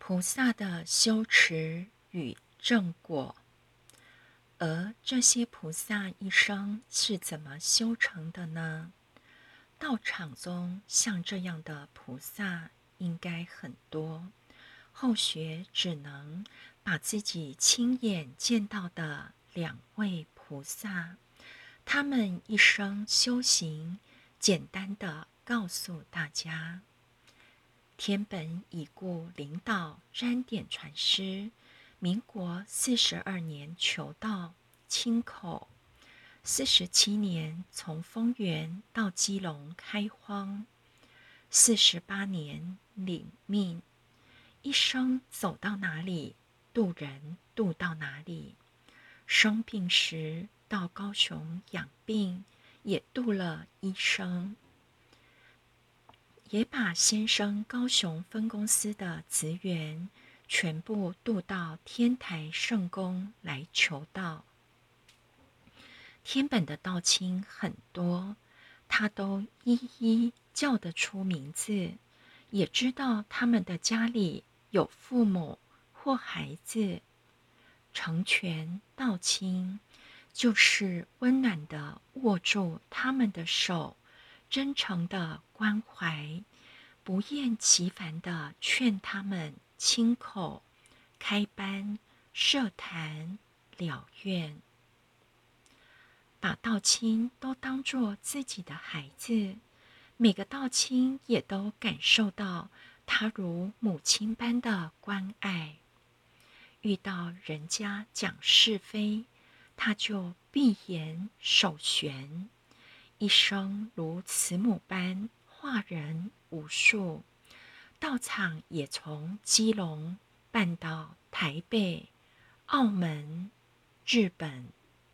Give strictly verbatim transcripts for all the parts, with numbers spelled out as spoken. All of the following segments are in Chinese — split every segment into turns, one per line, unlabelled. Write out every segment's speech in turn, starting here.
菩萨的修持与正果。而这些菩萨一生是怎么修成的呢？道场中像这样的菩萨应该很多，后学只能把自己亲眼见到的两位菩萨，他们一生修行，简单的告诉大家。天本已故领导詹点传师，民国四十二年求道，清口。四十七年从丰原到基隆开荒，四十八年领命，一生走到哪里，渡人渡到哪里。生病时到高雄养病，也渡了一生。也把先生高雄分公司的职员全部渡到天台圣宫来求道。天本的道亲很多，他都一一叫得出名字，也知道他们的家里有父母或孩子。成全道亲，就是温暖地握住他们的手，真诚的关怀，不厌其烦地劝他们亲口、开班、设坛、了愿，把道亲都当作自己的孩子，每个道亲也都感受到他如母亲般的关爱。遇到人家讲是非，他就闭眼守玄，一生如慈母般化人无数。道场也从基隆办到台北、澳门、日本。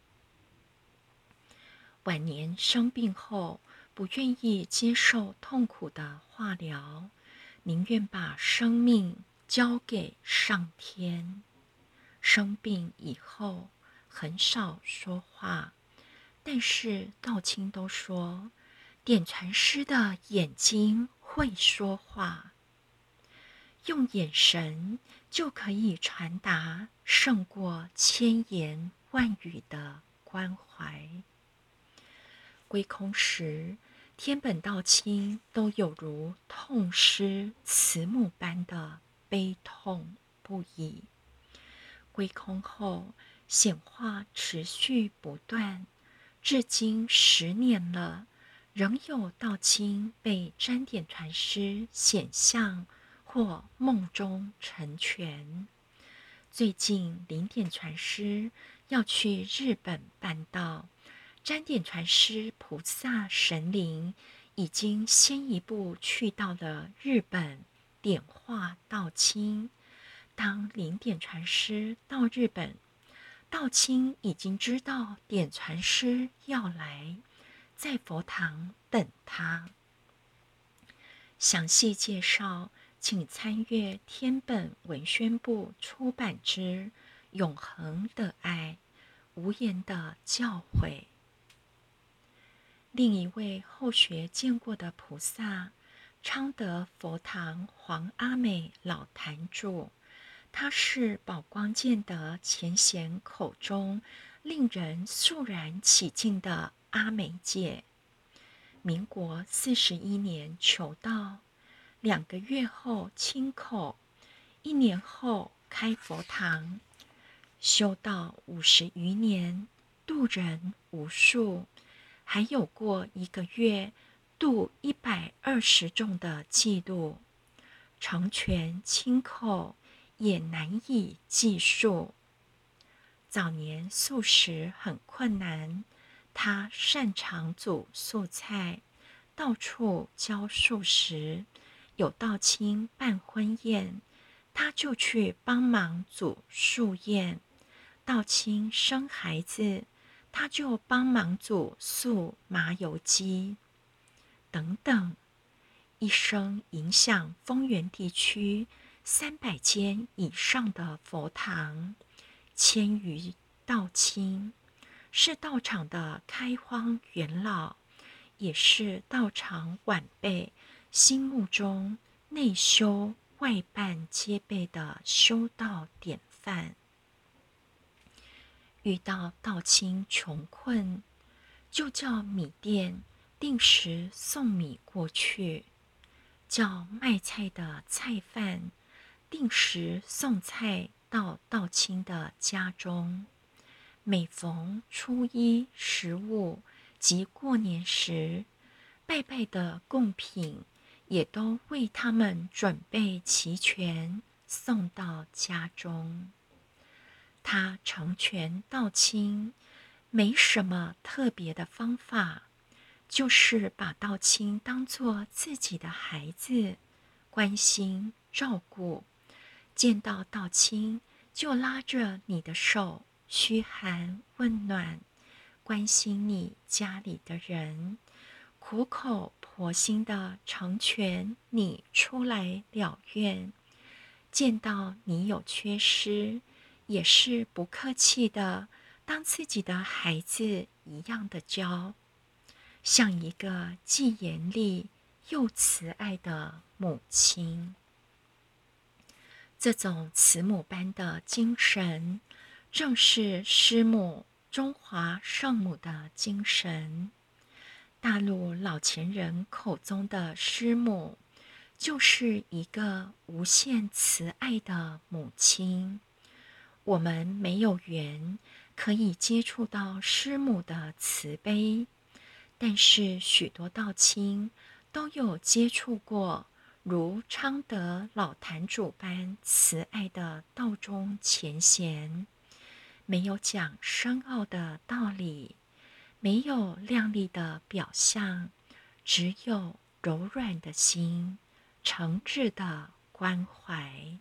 晚年生病后，不愿意接受痛苦的化疗，宁愿把生命交给上天。生病以后很少说话，但是道亲都说，点传师的眼睛会说话，用眼神就可以传达胜过千言万语的关怀。归空时，天本道亲都有如痛失慈母般的悲痛不已。归空后，显化持续不断，至今十年了，仍有道亲被詹点传师显像或梦中成全。最近零点传师要去日本办道，詹点传师菩萨神灵已经先一步去到了日本点化道亲。当零点传师到日本，道亲已经知道点传师要来，在佛堂等他。详细介绍，请参阅天本文宣部出版之《永恒的爱：无言的教诲》。另一位后学见过的菩萨，昌德佛堂黄阿美老坛主。他是宝光见得前贤口中令人肃然起敬的阿美姐。民国四十一年求道，两个月后亲口，一年后开佛堂，修道五十余年，度人无数，还有过一个月度一百二十众的记录，成全亲口也难以计数。早年素食很困难，他擅长煮素菜，到处教素食。有道亲办婚宴，他就去帮忙煮素宴；道亲生孩子，他就帮忙煮素麻油鸡，等等。一生影响丰原地区三百间以上的佛堂，千余道亲，是道场的开荒元老，也是道场晚辈心目中内修外办皆备的修道典范。遇到道亲穷困，就叫米店定时送米过去，叫卖菜的菜贩定时送菜到道亲的家中。每逢初一、十五及过年时，拜拜的贡品也都为他们准备齐全，送到家中。他成全道亲，没什么特别的方法，就是把道亲当作自己的孩子，关心照顾。见到道亲，就拉着你的手，嘘寒问暖，关心你家里的人，苦口婆心的成全你出来了愿。见到你有缺失，也是不客气的，当自己的孩子一样的教，像一个既严厉又慈爱的母亲。这种慈母般的精神，正是师母中华圣母的精神。大陆老前人口中的师母，就是一个无限慈爱的母亲。我们没有缘可以接触到师母的慈悲，但是许多道亲都有接触过如昌德老坛主般慈爱的道中前贤，没有讲深奥的道理，没有亮丽的表象，只有柔软的心，诚挚的关怀。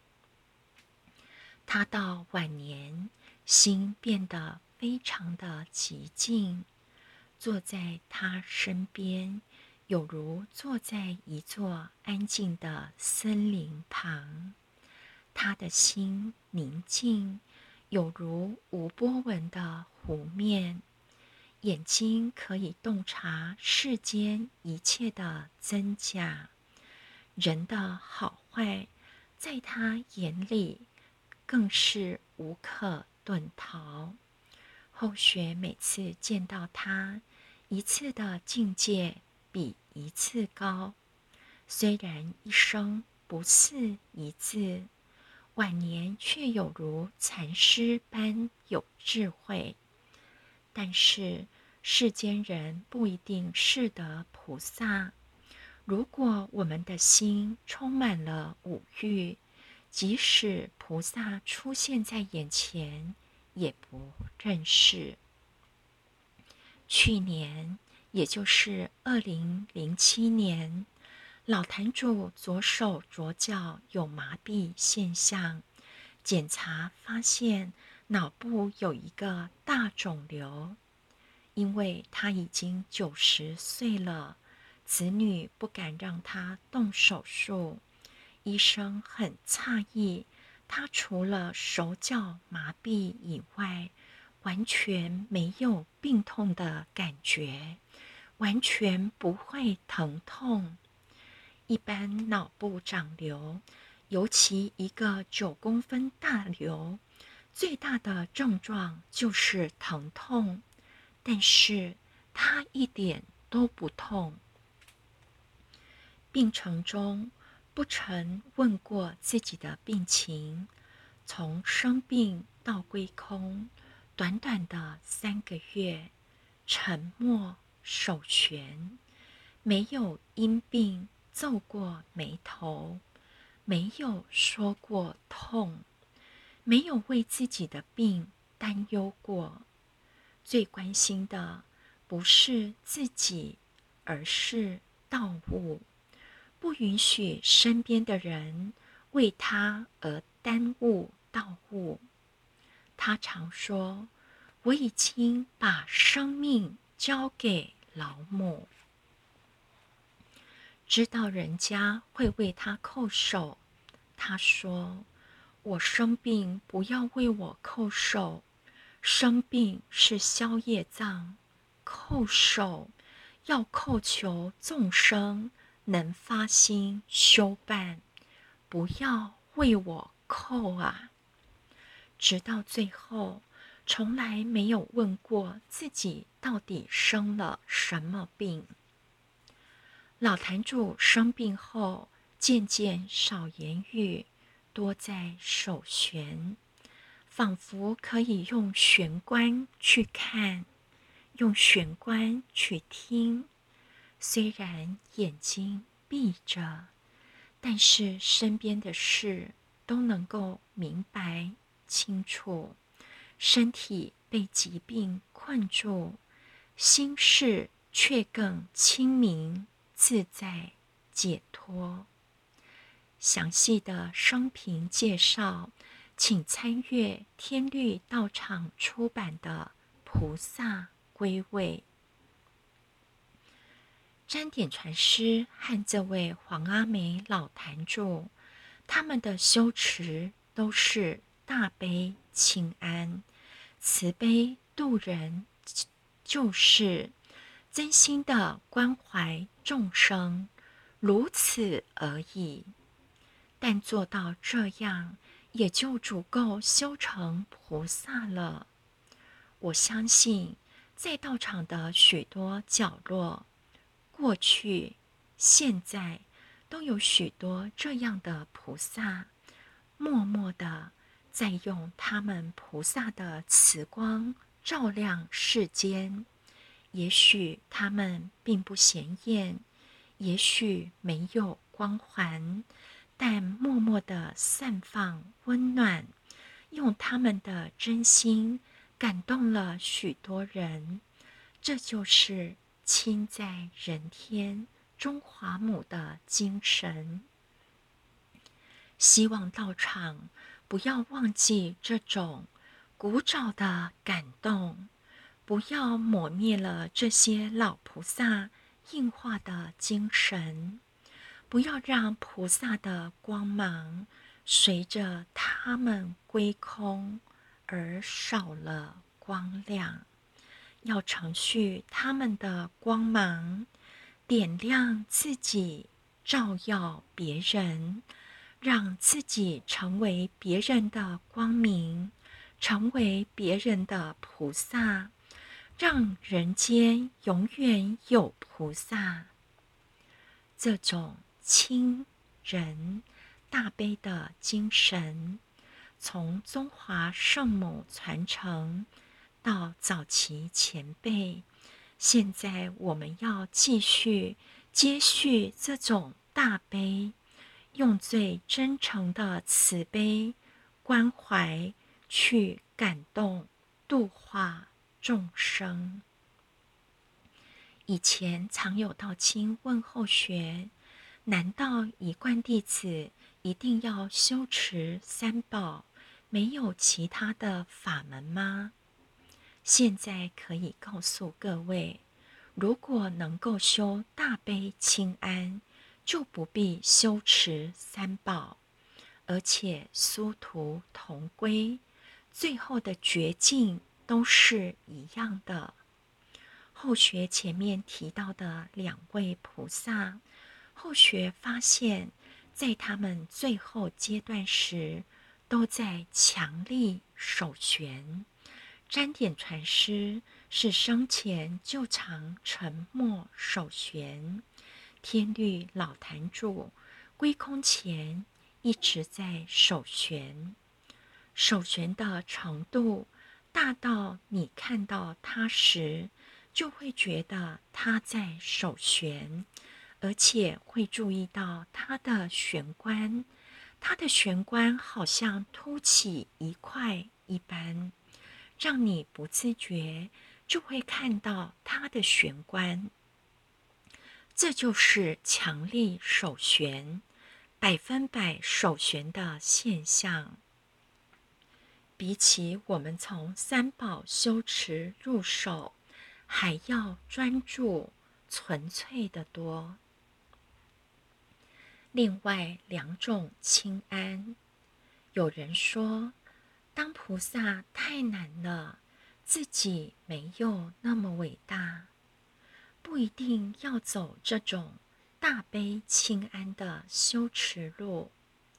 他到晚年，心变得非常的寂静，坐在他身边，有如坐在一座安静的森林旁。他的心宁静，有如无波纹的湖面，眼睛可以洞察世间一切的真假，人的好坏，在他眼里更是无可遁逃。后学每次见到他，一次的境界比一次高，虽然一生不似一字，晚年却有如禅师般有智慧。但是世间人不一定是得菩萨，如果我们的心充满了五欲，即使菩萨出现在眼前，也不认识。去年，也就是二零零七年，老坛主左手左脚有麻痹现象，检查发现脑部有一个大肿瘤。因为他已经九十岁了，子女不敢让他动手术，医生很诧异，他除了手脚麻痹以外，完全没有病痛的感觉，完全不会疼痛。一般脑部长瘤，尤其一个九公分大瘤，最大的症状就是疼痛，但是他一点都不痛。病程中不曾问过自己的病情，从生病到归空，短短的三个月，沉默守悬，没有因病皱过眉头，没有说过痛，没有为自己的病担忧过。最关心的不是自己，而是道物，不允许身边的人为他而耽误道物。他常说，我已经把生命交给老母。知道人家会为他叩首，他说，我生病不要为我叩首，生病是消业障，叩首要叩求众生能发心修办， 不要为我扣啊！直到最后，从来没有问过自己到底生了什么病。老坛主生病后，渐渐少言语，多在手旋，仿佛可以用玄关去看，用玄关去听。虽然眼睛闭着，但是身边的事都能够明白清楚。身体被疾病困住，心事却更清明自在解脱。详细的生平介绍，请参阅天律道场出版的《菩萨归位》。詹点传师和这位黄阿梅老坛主，他们的修持都是大悲清安、慈悲度人，就是真心的关怀众生，如此而已。但做到这样，也就足够修成菩萨了。我相信，在道场的许多角落，过去、现在都有许多这样的菩萨，默默的在用他们菩萨的慈光照亮世间。也许他们并不显眼，也许没有光环，但默默的散放温暖，用他们的真心感动了许多人。这就是亲在人天中华母的精神。希望道场不要忘记这种古早的感动，不要抹灭了这些老菩萨应化的精神，不要让菩萨的光芒随着他们归空而少了光亮。要承续他们的光芒，点亮自己，照耀别人，让自己成为别人的光明，成为别人的菩萨，让人间永远有菩萨。这种亲仁大悲的精神，从中华圣母传承到早期前辈，现在我们要继续接续这种大悲，用最真诚的慈悲关怀去感动度化众生。以前常有道亲问后学，难道一贯弟子一定要修持三宝，没有其他的法门吗？现在可以告诉各位，如果能够修大悲清安，就不必修持三宝，而且殊途同归，最后的绝境都是一样的。后学前面提到的两位菩萨，后学发现，在他们最后阶段时，都在强力守玄。詹点传师是生前就常沉默守玄，天律老坛主归空前一直在守玄，守玄的程度大到你看到他时，就会觉得他在守玄，而且会注意到他的玄关，他的玄关好像凸起一块一般，让你不自觉就会看到他的玄关。这就是强力守玄，百分百守玄的现象。比起我们从三宝修持入手，还要专注纯粹的多。另外两种清安，有人说当菩萨太难了，自己没有那么伟大，不一定要走这种大悲清安的修持路。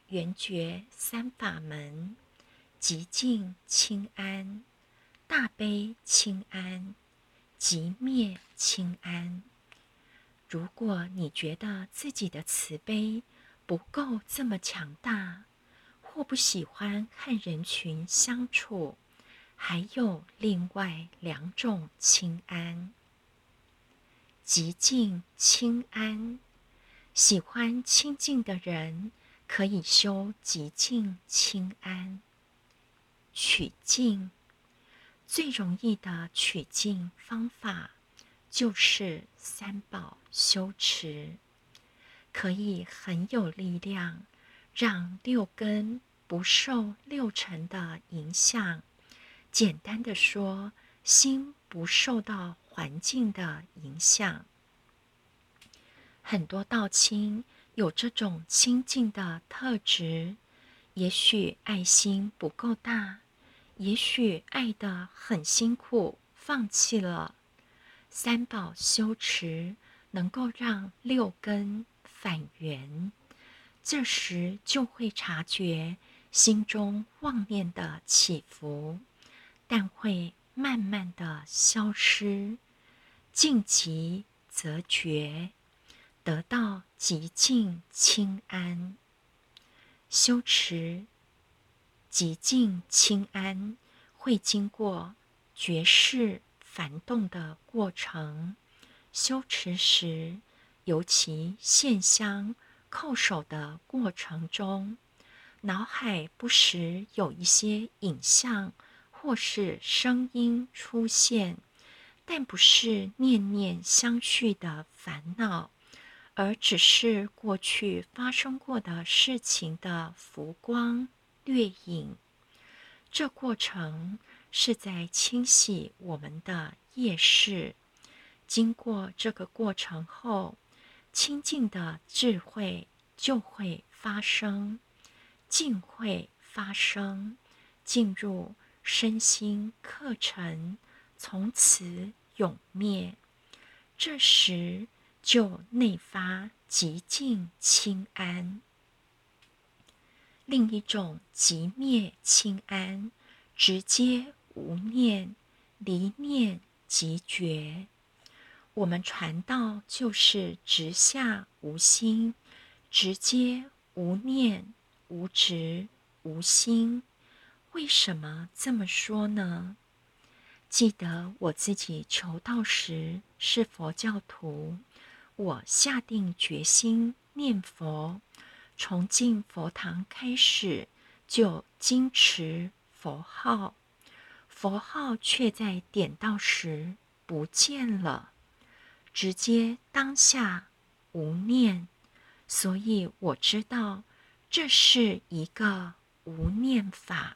圆觉三法门：极静清安、大悲清安、极灭清安。如果你觉得自己的慈悲不够这么强大，或不喜欢和人群相处，还有另外两种清安。极静清安，喜欢清静的人可以修极静清安。取静，最容易的取静方法就是三宝修持，可以很有力量，让六根不受六尘的影响。简单的说，心不受到环境的影响。很多道亲有这种清净的特质，也许爱心不够大，也许爱得很辛苦，放弃了。三宝修持能够让六根返原，这时就会察觉心中妄念的起伏，但会慢慢的消失，静极则觉，得到极静清安。修持极静清安会经过觉识繁动的过程，修持时，尤其线香叩首的过程中，脑海不时有一些影像或是声音出现，但不是念念相续的烦恼，而只是过去发生过的事情的浮光掠影。这过程是在清洗我们的业识。经过这个过程后，清净的智慧就会发生，净会发生，进入身心课程，从此永灭。这时就内发极静清安。另一种极灭清安，直接无念，离念即觉。我们传道就是直下无心，直接无念、无执、无心。为什么这么说呢？记得我自己求道时是佛教徒，我下定决心念佛，从进佛堂开始就经持佛号，佛号却在点到时不见了，直接当下无念，所以我知道这是一个无念法。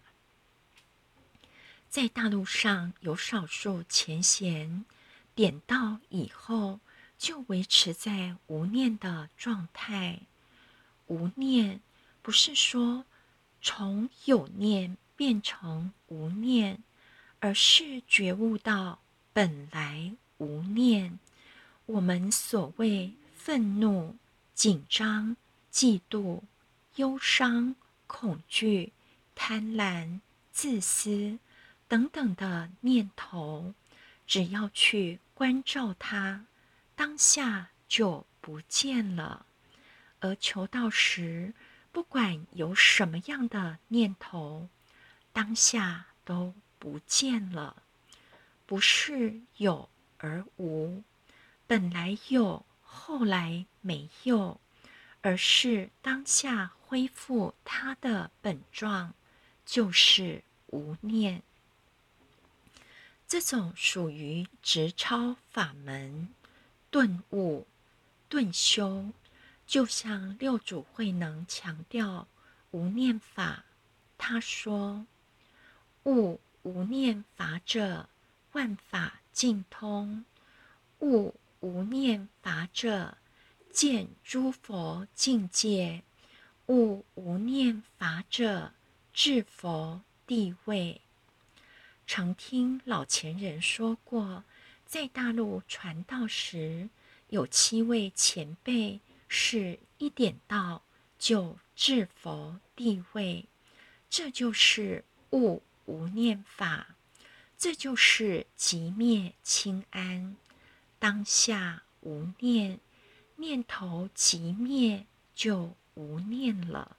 在大陆上有少数前贤点到以后就维持在无念的状态。无念不是说从有念变成无念，而是觉悟到本来无念。我们所谓愤怒、紧张、嫉妒、忧伤、恐惧、贪婪、自私等等的念头，只要去关照它，当下就不见了。而求道时，不管有什么样的念头，当下都不见了。不是有而无，本来有，后来没有，而是当下恢复它的本状，就是无念。这种属于直超法门，顿悟、顿修，就像六祖慧能强调无念法。他说：悟无念法者，万法尽通；悟无念法者，见诸佛境界；悟无念法者，至佛地位。常听老前人说过，在大陆传道时，有七位前辈是一点到就至佛地位，这就是悟无念法，这就是寂灭清安。当下无念，念头寂灭，就无念了。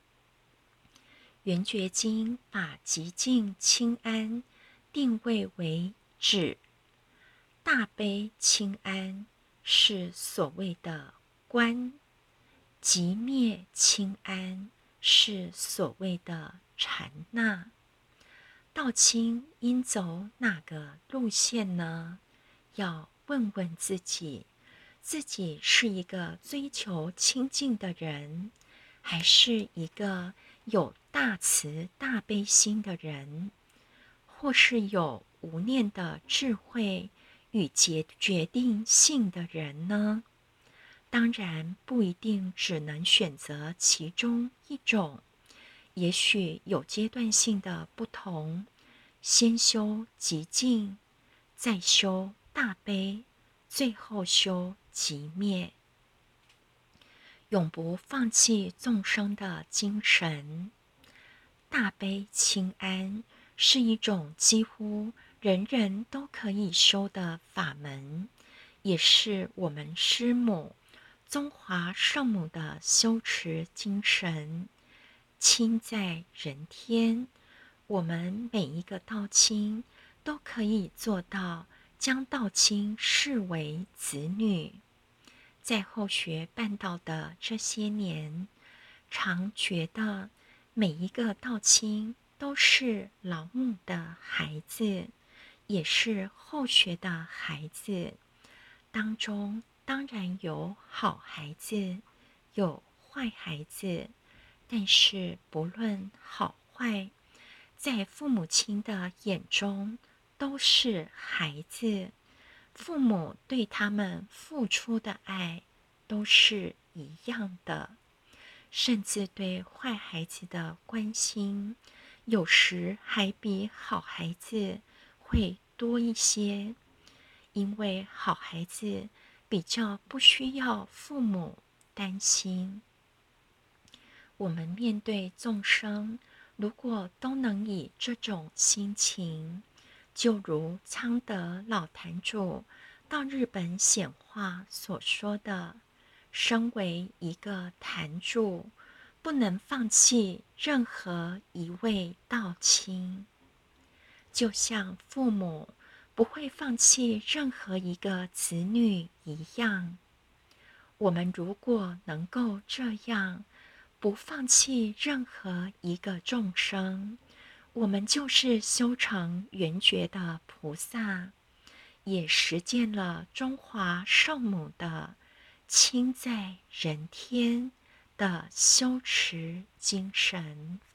圆觉经把寂静清安定位为止，大悲清安是所谓的观，寂灭清安是所谓的禅那。道清应走哪个路线呢？要问问自己，自己是一个追求清净的人，还是一个有大慈大悲心的人，或是有无念的智慧与决决定性的人呢？当然不一定只能选择其中一种，也许有阶段性的不同，先修寂静，再修大悲，最后修寂灭。永不放弃众生的精神。大悲清安是一种几乎人人都可以修的法门，也是我们师母中华圣母的修持精神。亲在人天，我们每一个道亲都可以做到将道亲视为子女。在后学办道的这些年，常觉得每一个道亲都是老母的孩子，也是后学的孩子。当中当然有好孩子，有坏孩子，但是不论好坏，在父母亲的眼中都是孩子。父母对他们付出的爱都是一样的，甚至对坏孩子的关心，有时还比好孩子会多一些，因为好孩子比较不需要父母担心。我们面对众生，如果都能以这种心情，就如昌德老坛主到日本显化所说的，身为一个坛主，不能放弃任何一位道亲，就像父母不会放弃任何一个子女一样。我们如果能够这样，不放弃任何一个众生，我们就是修成圆觉的菩萨，也实践了中华圣母的亲在人天的修持精神